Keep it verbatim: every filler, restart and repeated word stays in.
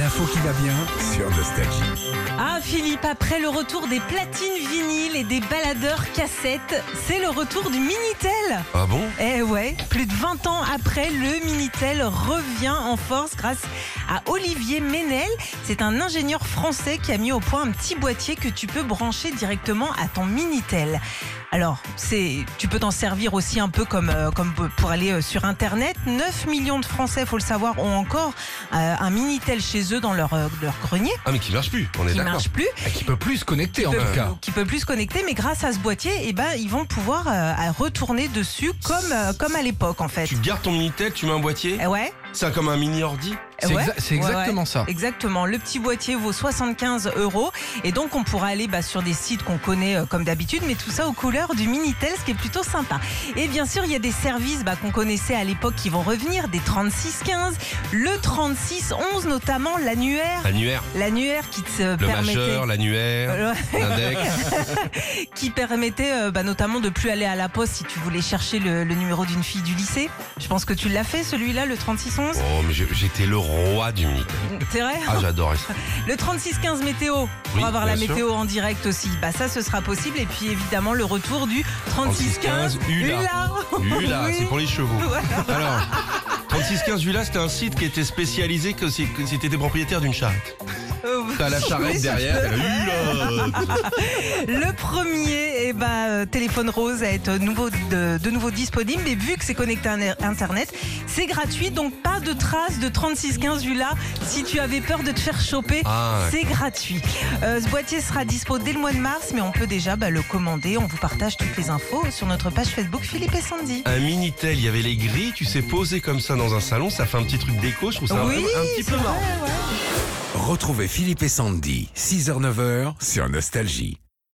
L'info qui va bien sur Nostalgie. Ah Philippe, après le retour des platines vinyles et des baladeurs cassettes, c'est le retour du Minitel. Ah bon? Eh ouais, plus de vingt ans après, le Minitel revient en force grâce à Olivier Ménel. C'est un ingénieur français qui a mis au point un petit boîtier que tu peux brancher directement à ton Minitel. Alors, c'est, tu peux t'en servir aussi un peu comme, euh, comme pour aller euh, sur Internet. neuf millions de Français, faut le savoir, ont encore euh, un Minitel chez eux dans leur, euh, leur grenier. Ah mais qui marche plus, on est Qui d'accord. marche plus. Et qui peut plus se connecter en Peut- tout cas. qui peut plus se connecter, mais grâce à ce boîtier, eh ben, ils vont pouvoir euh, retourner dessus comme, euh, comme à l'époque en fait. Tu gardes ton Minitel, tu mets un boîtier, Eh ouais. c'est comme un mini ordi. C'est Ouais, exa- c'est ouais, exactement ouais. ça. Exactement. Le petit boîtier vaut soixante-quinze euros. Et donc, on pourra aller bah, sur des sites qu'on connaît euh, comme d'habitude, mais tout ça aux couleurs du Minitel, ce qui est plutôt sympa. Et bien sûr, il y a des services bah, qu'on connaissait à l'époque qui vont revenir, des trente-six quinze, le trente-six onze, notamment l'annuaire. L'annuaire, L'annuaire qui te le permettait... majeur, l'annuaire, Euh, l'index. qui permettait euh, bah, notamment de plus aller à la poste si tu voulais chercher le, le numéro d'une fille du lycée. Je pense que tu l'as fait, celui-là, le trente-six onze. Oh mais je- j'étais le roi du Minitel. C'est vrai? Ah j'adorais ça. Le trente-six quinze météo, pour Oui, avoir la bien sûr. météo en direct aussi, bah ça ce sera possible. Et puis évidemment le retour du trente-six quinze U L A. U L A, Oui. c'est pour les chevaux. Voilà. Alors, trente-six quinze U L A, c'était un site qui était spécialisé que si, que si t'étais propriétaire d'une charrette. Euh, T'as la charrette oui, ça derrière, peut. t'as la U L A. Le premier eh bah, euh, téléphone rose à être nouveau, de, de nouveau disponible. Mais vu que c'est connecté à Internet, c'est gratuit. Donc pas de traces de trente-six quinze U L A. Si tu avais peur de te faire choper, Ah, c'est gratuit. Euh, ce boîtier sera dispo dès le mois de mars, mais on peut déjà bah, le commander. On vous partage toutes les infos sur notre page Facebook Philippe et Sandy. un Minitel, il y avait les grilles, tu sais, poser comme ça dans un salon, ça fait un petit truc déco, je trouve ça Oui, un, un petit c'est peu marrant. vrai, ouais. Retrouvez Philippe et Sandy, six heures neuf heures sur Nostalgie.